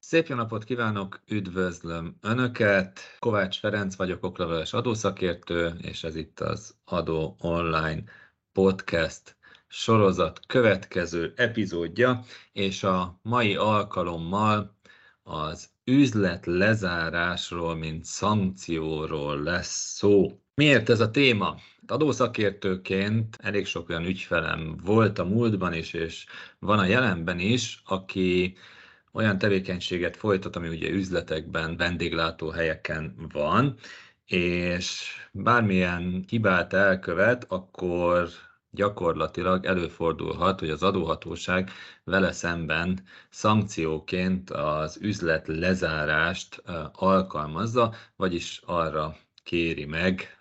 Szép jó napot kívánok, üdvözlöm Önöket! Kovács Ferenc vagyok, okleveles adószakértő, és ez itt az Adó Online Podcast sorozat következő epizódja, és a mai alkalommal az üzlet lezárásról, mint szankcióról lesz szó. Miért ez a téma? Adószakértőként elég sok olyan ügyfelem volt a múltban is, és van a jelenben is, aki olyan tevékenységet folytat, ami ugye üzletekben, vendéglátóhelyeken van, és bármilyen hibát elkövet, akkor gyakorlatilag előfordulhat, hogy az adóhatóság vele szemben szankcióként az üzlet lezárást alkalmazza, vagyis arra kéri meg,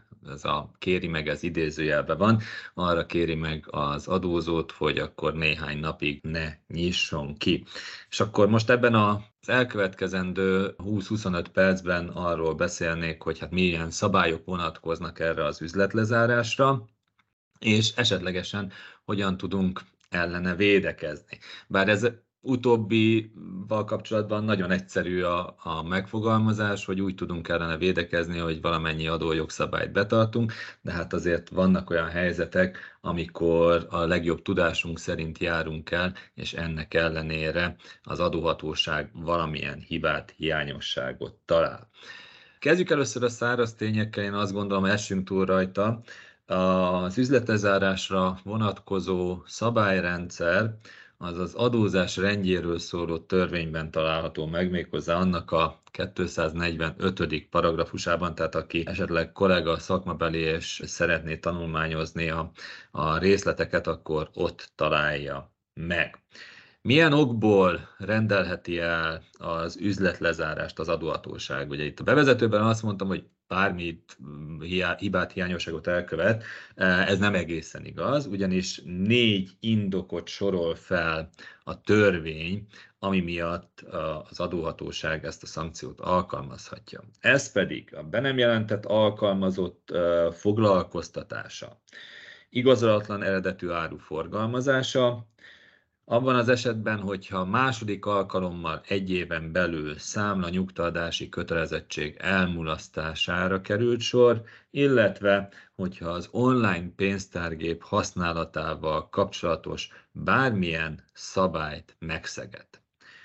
ez idézőjelben van, arra kéri meg az adózót, hogy akkor néhány napig ne nyisson ki. És akkor most ebben az elkövetkezendő 20-25 percben arról beszélnék, hogy hát milyen szabályok vonatkoznak erre az üzletlezárásra, és esetlegesen hogyan tudunk ellene védekezni. Bár ez utóbbival kapcsolatban nagyon egyszerű a megfogalmazás, hogy úgy tudunk ellene védekezni, hogy valamennyi adójogszabályt betartunk, de hát azért vannak olyan helyzetek, amikor a legjobb tudásunk szerint járunk el, és ennek ellenére az adóhatóság valamilyen hibát, hiányosságot talál. Kezdjük először a száraz tényekkel, én azt gondolom, essünk túl rajta. Az üzletlezárásra vonatkozó szabályrendszer az az adózás rendjéről szóló törvényben található meg, méghozzá annak a 245. paragrafusában, tehát aki esetleg kollega szakmabeli és szeretné tanulmányozni a részleteket, akkor ott találja meg. Milyen okból rendelheti el az üzletlezárást az adóhatóság? Ugye itt a bevezetőben azt mondtam, hogy bármit hibát, hiányosságot elkövet, ez nem egészen igaz, ugyanis 4 indokot sorol fel a törvény, ami miatt az adóhatóság ezt a szankciót alkalmazhatja. Ez pedig a be nem jelentett alkalmazott foglalkoztatása, igazolatlan eredetű áru forgalmazása, abban az esetben, hogyha második alkalommal egy éven belül számla nyugtaadási kötelezettség elmulasztására került sor, illetve hogyha az online pénztárgép használatával kapcsolatos bármilyen szabályt megszegett.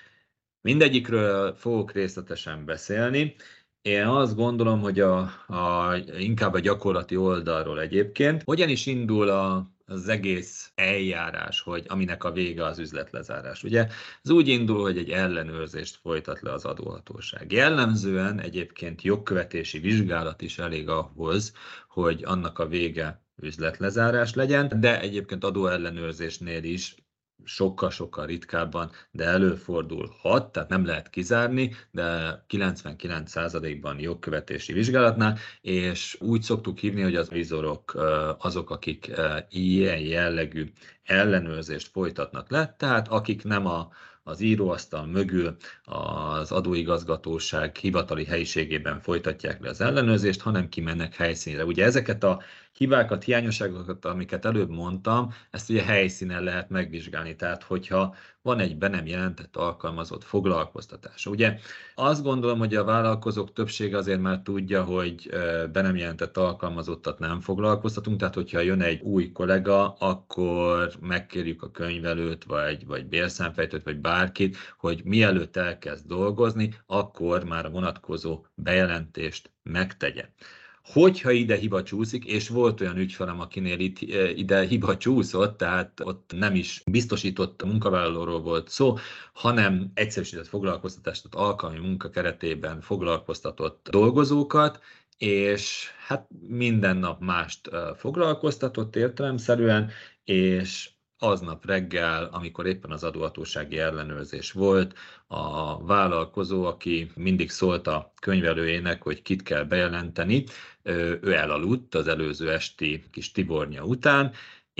Mindegyikről fogok részletesen beszélni. Én azt gondolom, hogy inkább a gyakorlati oldalról egyébként. Hogyan is indul az egész eljárás, hogy aminek a vége az üzletlezárás. Ugye ez úgy indul, hogy egy ellenőrzést folytat le az adóhatóság. Jellemzően egyébként jogkövetési vizsgálat is elég ahhoz, hogy annak a vége üzletlezárás legyen, de egyébként adóellenőrzésnél is sokkal-sokkal ritkábban, de előfordulhat, tehát nem lehet kizárni, de 99%-ban jogkövetési vizsgálatnál, és úgy szoktuk hívni, hogy az vizorok azok, akik ilyen jellegű ellenőrzést folytatnak le, tehát akik nem az íróasztal mögül az adóigazgatóság hivatali helyiségében folytatják le az ellenőrzést, hanem kimennek helyszínre. Ugye ezeket a hibákat, hiányosságokat, amiket előbb mondtam, ezt ugye helyszínen lehet megvizsgálni. Tehát, hogyha van egy be nem jelentett alkalmazott foglalkoztatása. Ugye azt gondolom, hogy a vállalkozók többsége azért már tudja, hogy be nem jelentett alkalmazottat nem foglalkoztatunk, tehát hogyha jön egy új kollega, akkor megkérjük a könyvelőt, vagy bérszámfejtőt, vagy bárkit, hogy mielőtt elkezd dolgozni, akkor már a vonatkozó bejelentést megtegye. Hogyha ide hiba csúszik, és volt olyan ügyfelem, akinél ide hiba csúszott, tehát ott nem is biztosított munkavállalóról volt szó, hanem egyszerűsített foglalkoztatást, alkalmi munka keretében foglalkoztatott dolgozókat, és hát minden nap mást foglalkoztatott értelemszerűen, és aznap reggel, amikor éppen az adóhatósági ellenőrzés volt, a vállalkozó, aki mindig szólt a könyvelőjének, hogy kit kell bejelenteni, ő elaludt az előző esti kis tibornya után,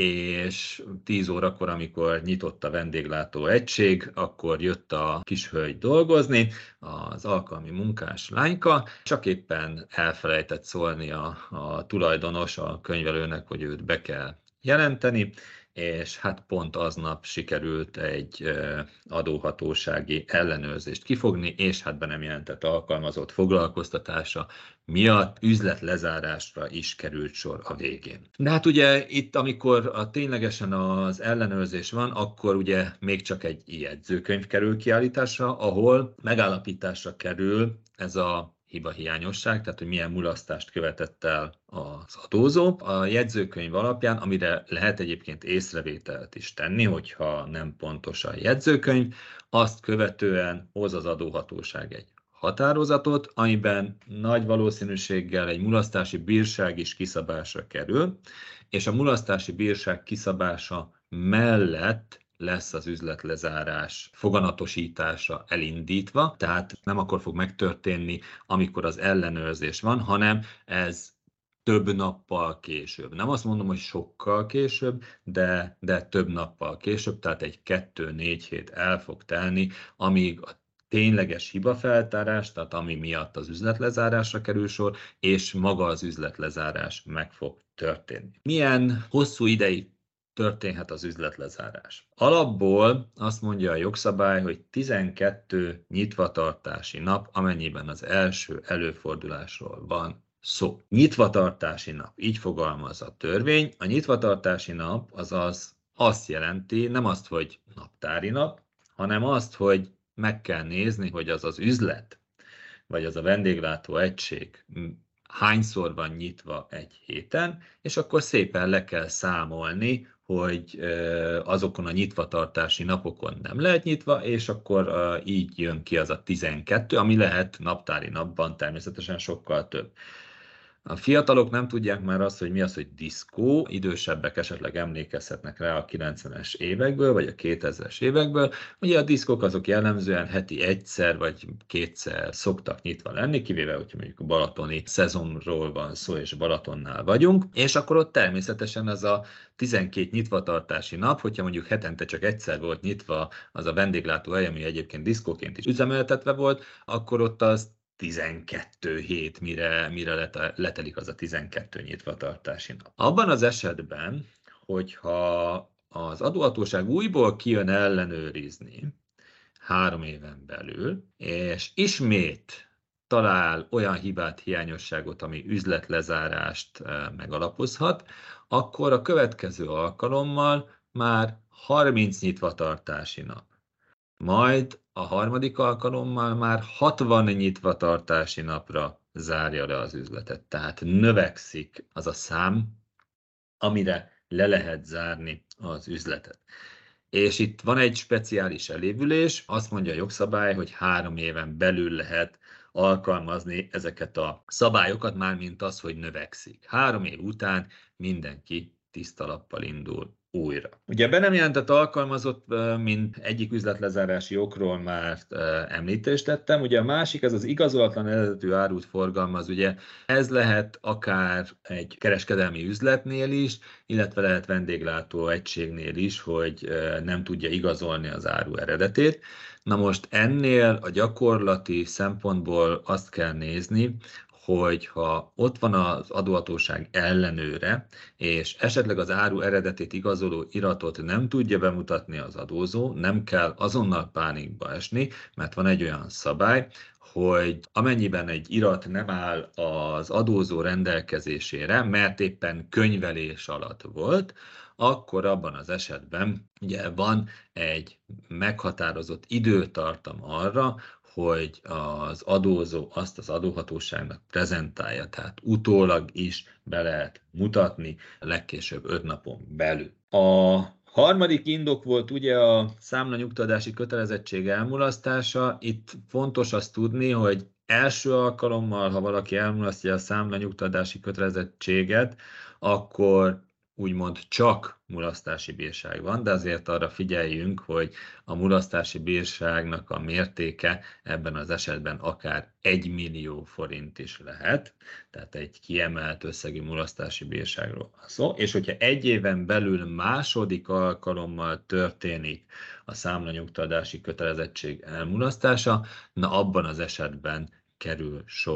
és 10 órakor, amikor nyitott a vendéglátó egység, akkor jött a kis hölgy dolgozni, az alkalmi munkás lányka, csak éppen elfelejtett szólni a tulajdonos a könyvelőnek, hogy őt be kell jelenteni, és hát pont aznap sikerült egy adóhatósági ellenőrzést kifogni, és hát be nem jelentett alkalmazott foglalkoztatása miatt üzletlezárásra is került sor a végén. De hát ugye itt, amikor ténylegesen az ellenőrzés van, akkor ugye még csak egy jegyzőkönyv kerül kiállításra, ahol megállapításra kerül ez a hibahiányosság, tehát hogy milyen mulasztást követett el az adózó. A jegyzőkönyv alapján, amire lehet egyébként észrevételt is tenni, hogyha nem pontos a jegyzőkönyv, azt követően hoz az adóhatóság egy határozatot, amiben nagy valószínűséggel egy mulasztási bírság is kiszabásra kerül, és a mulasztási bírság kiszabása mellett lesz az üzletlezárás foganatosítása elindítva, tehát nem akkor fog megtörténni, amikor az ellenőrzés van, hanem ez több nappal később. Nem azt mondom, hogy sokkal később, de több nappal később, tehát egy 2-4 hét el fog telni, amíg a tényleges hibafeltárás, tehát ami miatt az üzletlezárásra kerül sor, és maga az üzletlezárás meg fog történni. Milyen hosszú ideig történhet az üzletlezárás? Alapból azt mondja a jogszabály, hogy 12 nyitvatartási nap, amennyiben az első előfordulásról van szó. Nyitvatartási nap, így fogalmaz a törvény. A nyitvatartási nap azaz azt jelenti, nem azt, hogy naptári nap, hanem azt, hogy meg kell nézni, hogy az az üzlet, vagy az a vendéglátó egység hányszor van nyitva egy héten, és akkor szépen le kell számolni, hogy azokon a nyitvatartási napokon nem lehet nyitva, és akkor így jön ki az a 12, ami lehet naptári napban természetesen sokkal több. A fiatalok nem tudják már azt, hogy mi az, hogy diszkó, idősebbek esetleg emlékezhetnek rá a 90-es évekből, vagy a 2000-es évekből. Ugye a diszkók azok jellemzően heti egyszer vagy kétszer szoktak nyitva lenni, kivéve, hogyha mondjuk a balatoni szezonról van szó, és Balatonnál vagyunk, és akkor ott természetesen az a 12 nyitvatartási nap, hogyha mondjuk hetente csak egyszer volt nyitva az a vendéglátóhely, ami egyébként diszkóként is üzemeltetve volt, akkor ott az 12 hét, mire letelik az a 12 nyitvatartási nap. Abban az esetben, hogyha az adóhatóság újból kijön ellenőrizni 3 éven belül, és ismét talál olyan hibát, hiányosságot, ami üzletlezárást megalapozhat, akkor a következő alkalommal már 30 nyitvatartási nap. Majd a harmadik alkalommal már 60 nyitvatartási napra zárja le az üzletet. Tehát növekszik az a szám, amire le lehet zárni az üzletet. És itt van egy speciális elévülés, azt mondja a jogszabály, hogy 3 éven belül lehet alkalmazni ezeket a szabályokat, mármint az, hogy növekszik. 3 év után mindenki tiszta lappal indul újra. Ugye be nem jelentett alkalmazott, mint egyik üzletlezárási okról már említést tettem. Ugye a másik, ez az igazolatlan eredetű árut forgalmaz, ugye ez lehet akár egy kereskedelmi üzletnél is, illetve lehet vendéglátó egységnél is, hogy nem tudja igazolni az áru eredetét. Na most ennél a gyakorlati szempontból azt kell nézni, hogy ha ott van az adóhatóság ellenőre, és esetleg az áru eredetét igazoló iratot nem tudja bemutatni az adózó, nem kell azonnal pánikba esni, mert van egy olyan szabály, hogy amennyiben egy irat nem áll az adózó rendelkezésére, mert éppen könyvelés alatt volt, akkor abban az esetben ugye van egy meghatározott időtartam arra, hogy az adózó azt az adóhatóságnak prezentálja, tehát utólag is be lehet mutatni, legkésőbb 5 napon belül. A harmadik indok volt ugye a számlanyugtatási kötelezettség elmulasztása. Itt fontos azt tudni, hogy első alkalommal, ha valaki elmulasztja a számlanyugtatási kötelezettséget, akkor úgymond csak mulasztási bírság van, de azért arra figyeljünk, hogy a mulasztási bírságnak a mértéke ebben az esetben akár 1 millió forint is lehet, tehát egy kiemelt összegű mulasztási bírságról van szó, és hogyha 1 éven belül második alkalommal történik a számlanyugtatási kötelezettség elmulasztása, na abban az esetben kerül sor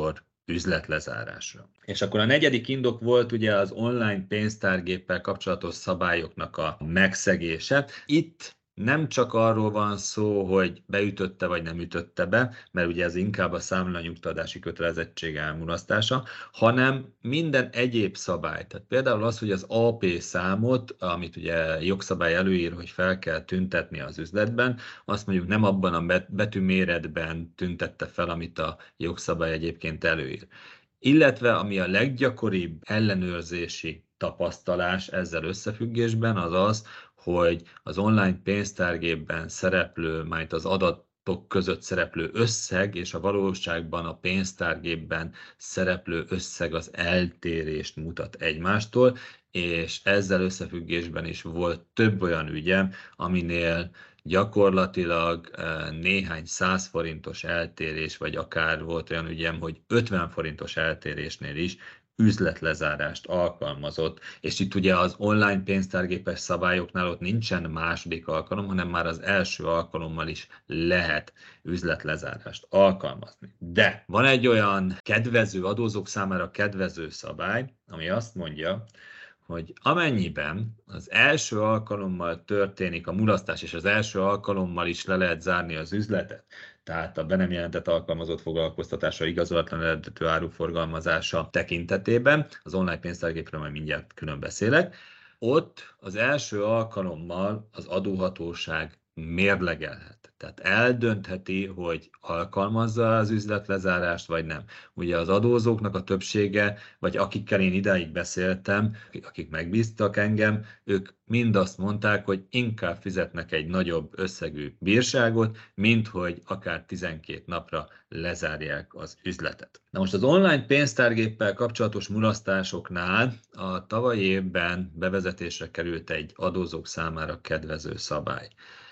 üzletlezárásra. És akkor a negyedik indok volt ugye az online pénztárgéppel kapcsolatos szabályoknak a megszegése. Itt nem csak arról van szó, hogy beütötte vagy nem ütötte be, mert ugye ez inkább a számlanyugtatási kötelezettség elmulasztása, hanem minden egyéb szabály. Tehát például az, hogy az AP számot, amit ugye jogszabály előír, hogy fel kell tüntetni az üzletben, azt mondjuk nem abban a betűméretben tüntette fel, amit a jogszabály egyébként előír. Illetve ami a leggyakoribb ellenőrzési tapasztalás ezzel összefüggésben az az, hogy az online pénztárgépben szereplő, majd az adatok között szereplő összeg és a valóságban a pénztárgépben szereplő összeg az eltérést mutat egymástól, és ezzel összefüggésben is volt több olyan ügyem, aminél gyakorlatilag néhány 100 forintos eltérés, vagy akár volt olyan ügyem, hogy 50 forintos eltérésnél is üzletlezárást alkalmazott, és itt ugye az online pénztárgépes szabályoknál ott nincsen második alkalom, hanem már az első alkalommal is lehet üzletlezárást alkalmazni. De van egy olyan kedvező, adózók számára kedvező szabály, ami azt mondja, hogy amennyiben az első alkalommal történik a mulasztás, és az első alkalommal is le lehet zárni az üzletet, tehát a be nem jelentett alkalmazott foglalkoztatása, igazolatlan eredetű áruforgalmazása tekintetében, az online pénztárgépről majd mindjárt külön beszélek, ott az első alkalommal az adóhatóság mérlegelhet. Tehát eldöntheti, hogy alkalmazza az üzletlezárást, vagy nem. Ugye az adózóknak a többsége, vagy akikkel én idáig beszéltem, akik megbíztak engem, ők mind azt mondták, hogy inkább fizetnek egy nagyobb összegű bírságot, mint hogy akár 12 napra lezárják az üzletet. Na most az online pénztárgéppel kapcsolatos mulasztásoknál a tavalyi évben bevezetésre került egy adózók számára kedvező szabály.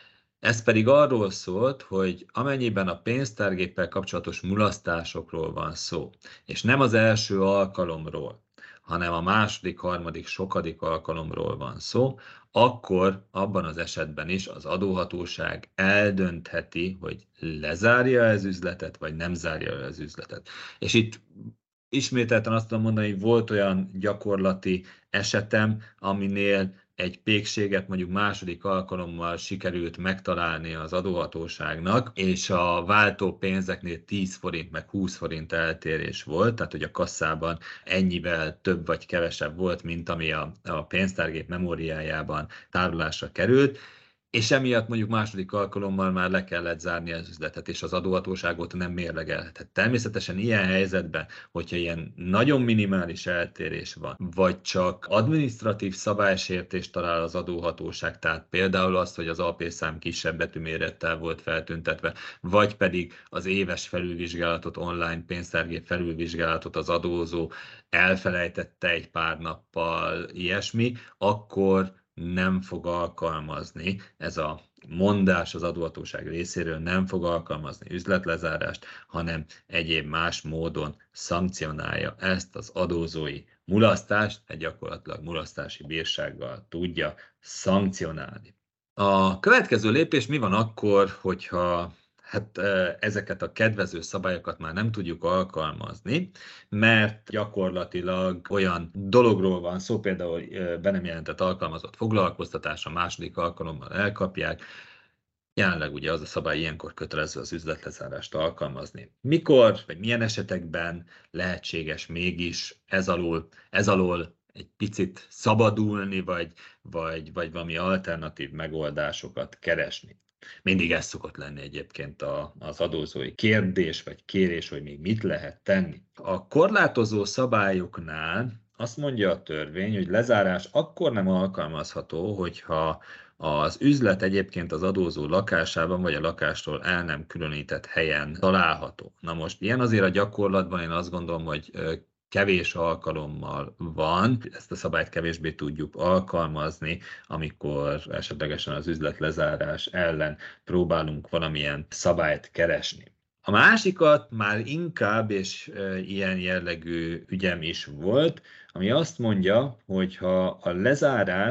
Ez pedig arról szólt, hogy amennyiben a pénztárgéppel kapcsolatos mulasztásokról van szó, és nem az első alkalomról, hanem a második, harmadik, sokadik alkalomról van szó, akkor abban az esetben is az adóhatóság eldöntheti, hogy lezárja az üzletet, vagy nem zárja az üzletet. És itt ismételten azt tudom mondani, hogy volt olyan gyakorlati esetem, aminél egy pékséget mondjuk második alkalommal sikerült megtalálni az adóhatóságnak, és a váltó pénzeknél 10 forint meg 20 forint eltérés volt, tehát hogy a kasszában ennyivel több vagy kevesebb volt, mint ami a pénztárgép memóriájában tárolásra került, és emiatt mondjuk második alkalommal már le kellett zárni az üzletet, és az adóhatóságot nem mérlegelhetett. Természetesen ilyen helyzetben, hogyha ilyen nagyon minimális eltérés van, vagy csak adminisztratív szabálysértést talál az adóhatóság, tehát például azt, hogy az AP szám kisebb betűmérettel volt feltüntetve, vagy pedig az éves felülvizsgálatot, online pénztárgép felülvizsgálatot az adózó elfelejtette egy pár nappal, ilyesmi, akkor nem fog alkalmazni, ez a mondás az adóhatóság részéről nem fog alkalmazni üzletlezárást, hanem egyéb más módon szankcionálja ezt az adózói mulasztást, egy gyakorlatilag mulasztási bírsággal tudja szankcionálni. A következő lépés mi van akkor, hogyha ezeket a kedvező szabályokat már nem tudjuk alkalmazni, mert gyakorlatilag olyan dologról van szó, például be nem jelentett alkalmazott foglalkoztatás, a második alkalommal elkapják. Jelenleg ugye az a szabály, ilyenkor kötelező az üzletlezárást alkalmazni. Mikor, vagy milyen esetekben lehetséges mégis ez alól egy picit szabadulni, vagy valami alternatív megoldásokat keresni. Mindig ez szokott lenni egyébként az adózói kérdés, vagy kérés, hogy még mit lehet tenni. A korlátozó szabályoknál azt mondja a törvény, hogy lezárás akkor nem alkalmazható, hogyha az üzlet egyébként az adózó lakásában, vagy a lakástól el nem különített helyen található. Na most ilyen azért a gyakorlatban én azt gondolom, hogy kevés alkalommal van, ezt a szabályt kevésbé tudjuk alkalmazni, amikor esetlegesen az üzletlezárás ellen próbálunk valamilyen szabályt keresni. A másikat már inkább, és ilyen jellegű ügyem is volt, ami azt mondja, hogy ha a lezárás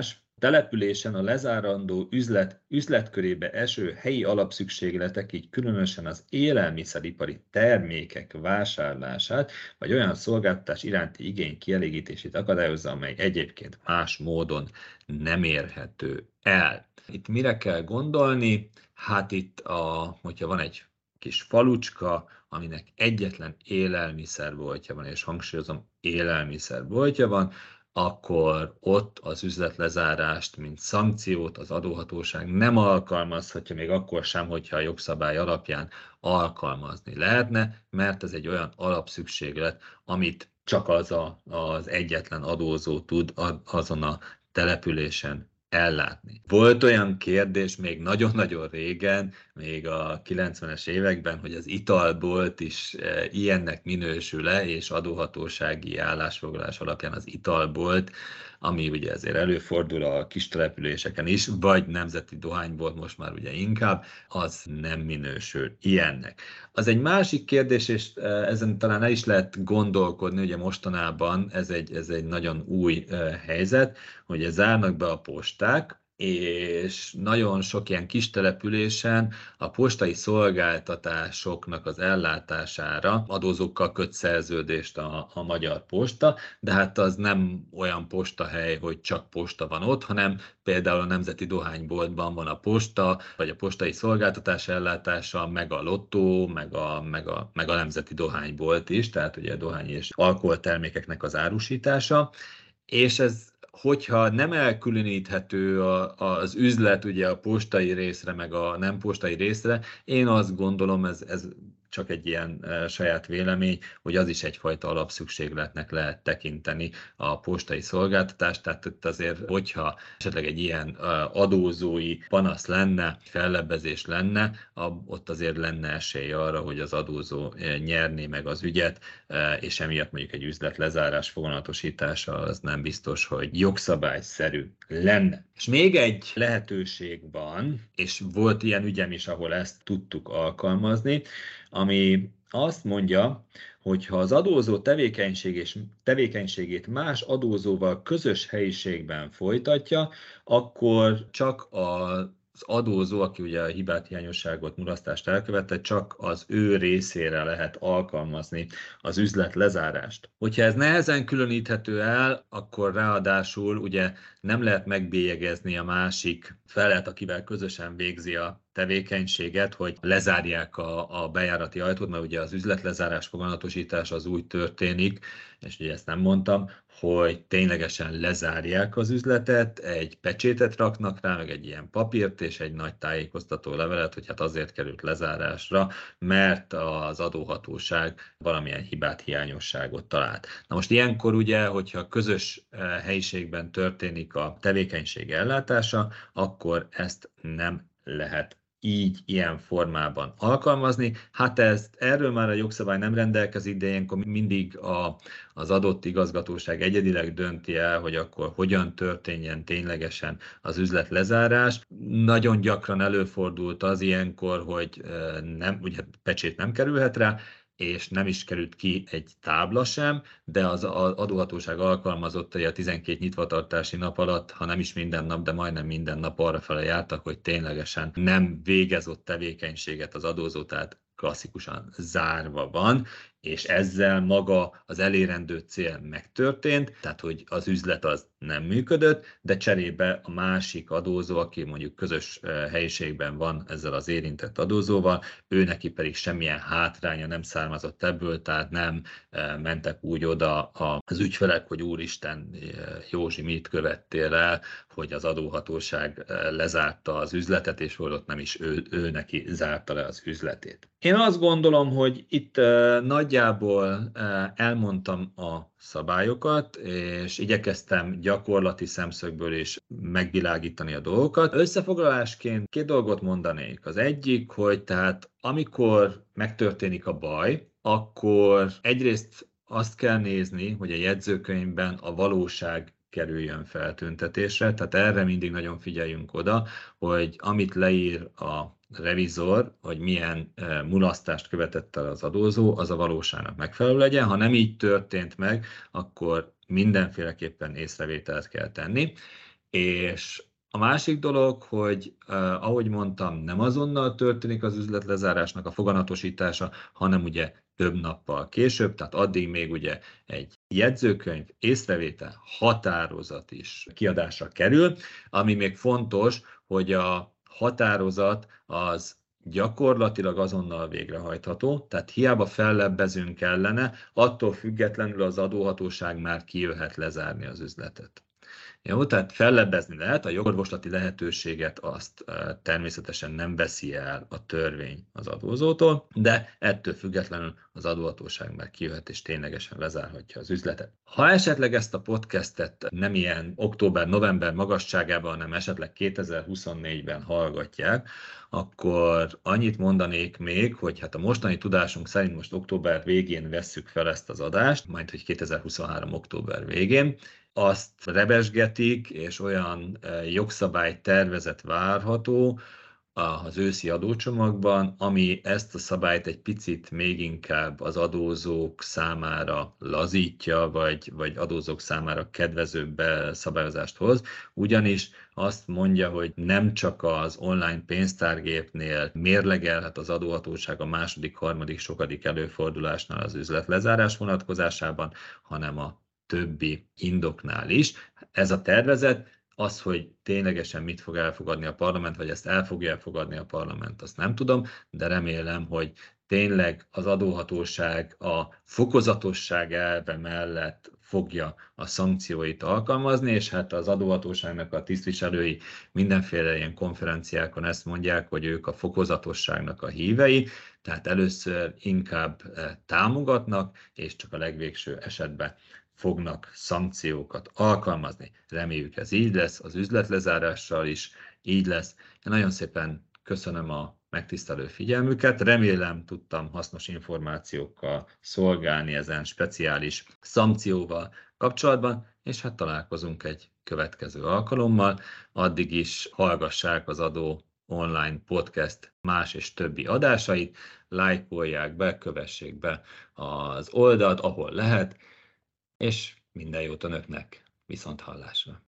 településen a lezárandó üzletkörébe eső helyi alapszükségletek, így különösen az élelmiszeripari termékek vásárlását, vagy olyan szolgáltatás iránti igény kielégítését akadályozza, amely egyébként más módon nem érhető el. Itt mire kell gondolni? Hát itt, hogyha van egy kis falucska, aminek egyetlen élelmiszerboltja van, és hangsúlyozom, élelmiszerboltja van, akkor ott az üzletlezárást, mint szankciót az adóhatóság nem alkalmazhatja, még akkor sem, hogyha a jogszabály alapján alkalmazni lehetne, mert ez egy olyan alapszükséglet, amit csak az egyetlen adózó tud azon a településen ellátni. Volt olyan kérdés még nagyon-nagyon régen, még a 90-es években, hogy az italbolt is ilyennek minősül-e, és adóhatósági állásfoglalás alapján az italbolt, ami ugye ezért előfordul a kis településeken is, vagy nemzeti dohánybolt most már ugye inkább, az nem minősül ilyennek. Az egy másik kérdés, és ezen talán el is lehet gondolkodni, ugye mostanában ez egy nagyon új helyzet, hogy zárnak be a posták, és nagyon sok ilyen kis településen a postai szolgáltatásoknak az ellátására adózókkal köt szerződést a Magyar Posta, de hát az nem olyan postahely, hogy csak posta van ott, hanem például a Nemzeti Dohányboltban van a posta, vagy a postai szolgáltatás ellátása, meg a lottó, meg a Nemzeti Dohánybolt is, tehát ugye a dohány és alkoholtermékeknek az árusítása, és ez hogyha nem elkülöníthető az üzlet ugye a postai részre, meg a nem postai részre, én azt gondolom, ez csak egy ilyen saját vélemény, hogy az is egyfajta alapszükségletnek lehet tekinteni a postai szolgáltatást, tehát itt azért, hogyha esetleg egy ilyen adózói panasz lenne, fellebbezés lenne, ott azért lenne esély arra, hogy az adózó nyerné meg az ügyet, és emiatt mondjuk egy üzlet lezárás foganatosítása az nem biztos, hogy jogszabályszerű lenne. És még egy lehetőség van, és volt ilyen ügyem is, ahol ezt tudtuk alkalmazni, ami azt mondja, hogy ha az adózó tevékenységét más adózóval közös helyiségben folytatja, akkor csak az adózó, aki ugye a hibát, hiányosságot, mulasztást elkövette, csak az ő részére lehet alkalmazni az üzlet lezárást. Hogyha ez nehezen különíthető el, akkor ráadásul ugye nem lehet megbélyegezni a másik felet, akivel közösen végzi a tevékenységet, hogy lezárják a bejárati ajtót, mert ugye az üzletlezárás foganatosítás az úgy történik, és ugye ezt nem mondtam, hogy ténylegesen lezárják az üzletet, egy pecsétet raknak rá, meg egy ilyen papírt és egy nagy tájékoztató levelet, hogy hát azért került lezárásra, mert az adóhatóság valamilyen hibát, hiányosságot talált. Na most ilyenkor ugye, hogyha közös helyiségben történik a tevékenység ellátása, akkor ezt nem lehet így, ilyen formában alkalmazni. Hát erről már a jogszabály nem rendelkezik, de ilyenkor mindig az adott igazgatóság egyedileg dönti el, hogy akkor hogyan történjen ténylegesen az üzlet lezárás. Nagyon gyakran előfordult az ilyenkor, hogy ugye pecsét nem kerülhet rá, és nem is került ki egy tábla sem, de az adóhatóság alkalmazottai a 12 nyitvatartási nap alatt, ha nem is minden nap, de majdnem minden nap arrafele jártak, hogy ténylegesen nem végezott tevékenységet az adózó, tehát klasszikusan zárva van, és ezzel maga az elérendő cél megtörtént, tehát hogy az üzlet az nem működött, de cserébe a másik adózó, aki mondjuk közös helyiségben van ezzel az érintett adózóval, ő neki pedig semmilyen hátránya nem származott ebből, tehát nem mentek úgy oda az ügyfelek, hogy úristen, Józsi, mit követtél el, hogy az adóhatóság lezárta az üzletet, és ott nem is ő neki zárta le az üzletét. Én azt gondolom, hogy itt nagyjából elmondtam a szabályokat, és igyekeztem gyakorlati szemszögből is megvilágítani a dolgokat. Összefoglalásként 2 dolgot mondanék. Az egyik, hogy tehát amikor megtörténik a baj, akkor egyrészt azt kell nézni, hogy a jegyzőkönyvben a valóság kerüljön feltüntetésre, tehát erre mindig nagyon figyeljünk oda, hogy amit leír a revizor, hogy milyen mulasztást követett el az adózó, az a valóságnak megfelelő legyen. Ha nem így történt meg, akkor mindenféleképpen észrevételt kell tenni. És a másik dolog, hogy ahogy mondtam, nem azonnal történik az üzletlezárásnak a foganatosítása, hanem ugye több nappal később, tehát addig még ugye egy jegyzőkönyv, észrevétel, határozat is kiadásra kerül, ami még fontos, hogy a határozat az gyakorlatilag azonnal végrehajtható, tehát hiába fellebbezünk ellene, attól függetlenül az adóhatóság már kijöhet lezárni az üzletet. Jó, tehát fellebbezni lehet, a jogorvoslati lehetőséget azt természetesen nem veszi el a törvény az adózótól, de ettől függetlenül az adóhatóság már kijöhet és ténylegesen lezárhatja az üzletet. Ha esetleg ezt a podcastet nem ilyen október-november magasságában, hanem esetleg 2024-ben hallgatják, akkor annyit mondanék még, hogy hát a mostani tudásunk szerint most október végén vesszük fel ezt az adást, majd hogy 2023. október végén, azt rebesgetik, és olyan jogszabálytervezet várható az őszi adócsomagban, ami ezt a szabályt egy picit még inkább az adózók számára lazítja, vagy adózók számára kedvezőbb szabályozást hoz, ugyanis azt mondja, hogy nem csak az online pénztárgépnél mérlegelhet az adóhatóság a második, harmadik, sokadik előfordulásnál az üzletlezárás vonatkozásában, hanem a többi indoknál is. Ez a tervezet, az, hogy ténylegesen mit fog elfogadni a parlament, vagy ezt el fogja elfogadni a parlament, azt nem tudom, de remélem, hogy tényleg az adóhatóság a fokozatosság elve mellett fogja a szankcióit alkalmazni, és hát az adóhatóságnak a tisztviselői mindenféle ilyen konferenciákon ezt mondják, hogy ők a fokozatosságnak a hívei, tehát először inkább támogatnak, és csak a legvégső esetben fognak szankciókat alkalmazni. Reméljük ez így lesz, az üzletlezárással is így lesz. Én nagyon szépen köszönöm a megtisztelő figyelmüket, remélem tudtam hasznos információkkal szolgálni ezen speciális szankcióval kapcsolatban, és hát találkozunk egy következő alkalommal. Addig is hallgassák az Adó Online Podcast más és többi adásait, lájkolják be, kövessék be az oldalt, ahol lehet, és minden jót önöknek, viszont hallásra!